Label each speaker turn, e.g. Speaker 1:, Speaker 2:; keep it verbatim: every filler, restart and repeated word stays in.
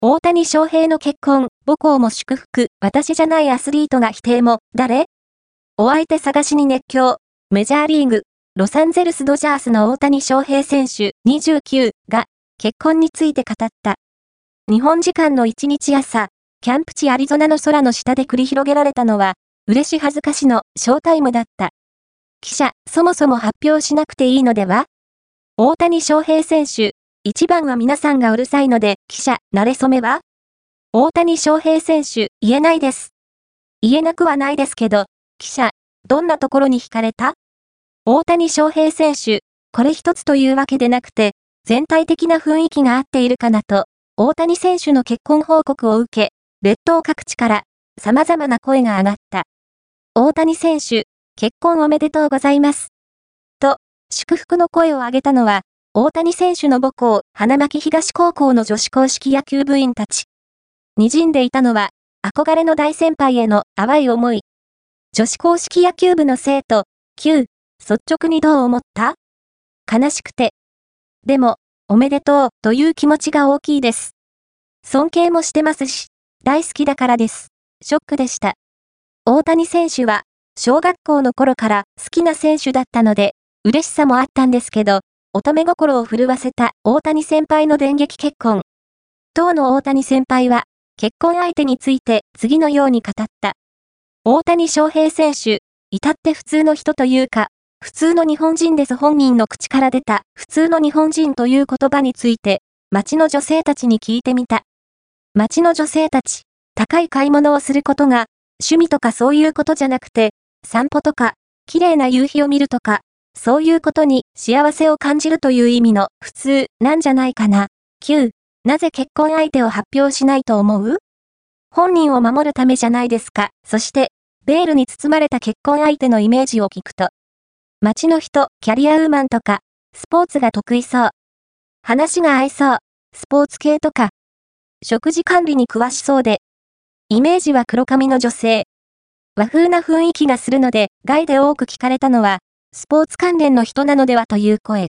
Speaker 1: 大谷翔平の結婚、母校も祝福、私じゃないアスリートが否定も、誰？お相手探しに熱狂。メジャーリーグ、ロサンゼルスドジャースの大谷翔平選手にじゅうきゅうが結婚について語った。日本時間のいちにち朝、キャンプ地アリゾナの空の下で繰り広げられたのは、嬉し恥ずかしのショータイムだった。記者、そもそも発表しなくていいのでは？大谷翔平選手、一番は皆さんがうるさいので、記者、慣れ初めは？大谷翔平選手、言えないです。言えなくはないですけど、記者、どんなところに惹かれた？大谷翔平選手、これ一つというわけでなくて、全体的な雰囲気が合っているかなと、大谷選手の結婚報告を受け、列島各地から様々な声が上がった。大谷選手、結婚おめでとうございます。と、祝福の声を上げたのは、大谷選手の母校、花巻東高校の女子硬式野球部員たち。滲んでいたのは、憧れの大先輩への淡い思い。女子硬式野球部の生徒、Q、率直にどう思った？悲しくて。でも、おめでとうという気持ちが大きいです。尊敬もしてますし、大好きだからです。ショックでした。大谷選手は、小学校の頃から好きな選手だったので、嬉しさもあったんですけど、乙女心を震わせた大谷先輩の電撃結婚。当の大谷先輩は、結婚相手について次のように語った。大谷翔平選手、至って普通の人というか、普通の日本人です。本人の口から出た普通の日本人という言葉について、街の女性たちに聞いてみた。街の女性たち、高い買い物をすることが趣味とかそういうことじゃなくて、散歩とか、綺麗な夕日を見るとか、そういうことに幸せを感じるという意味の普通なんじゃないかな。きゅう、なぜ結婚相手を発表しないと思う？本人を守るためじゃないですか。そして、ベールに包まれた結婚相手のイメージを聞くと、街の人、キャリアウーマンとか、スポーツが得意そう。話が合いそう。スポーツ系とか、食事管理に詳しそうで、イメージは黒髪の女性。和風な雰囲気がするので、外で多く聞かれたのは、スポーツ関連の人なのではという声。